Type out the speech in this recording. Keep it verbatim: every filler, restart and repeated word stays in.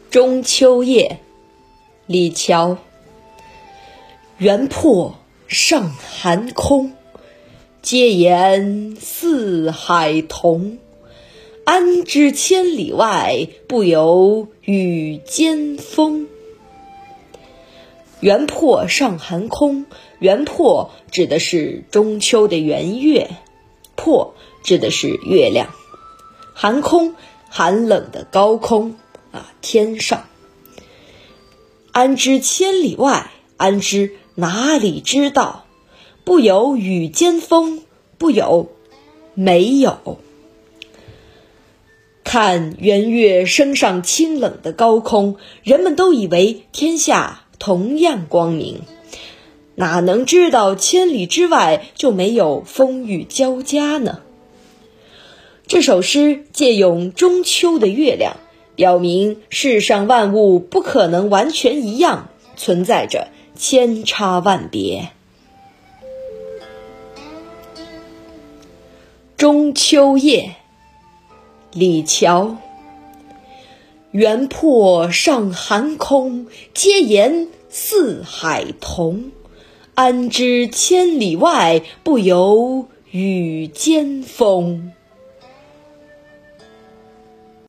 中秋夜，李峤。原破上寒空，皆言四海同。安知千里外，不有羽间风。原破上寒空，原破指的是中秋的圆月，破指的是月亮，寒空寒冷的高空啊，天上。安知千里外，安知哪里知道，不有羽间风，不有没有。看圆月升上清冷的高空，人们都以为天下同样光明，哪能知道千里之外就没有风雨交加呢？这首诗借用中秋的月亮，表明世上万物不可能完全一样，存在着千差万别。中秋夜，李峤。原破上寒空，皆言四海同。安知千里外，不有羽间风。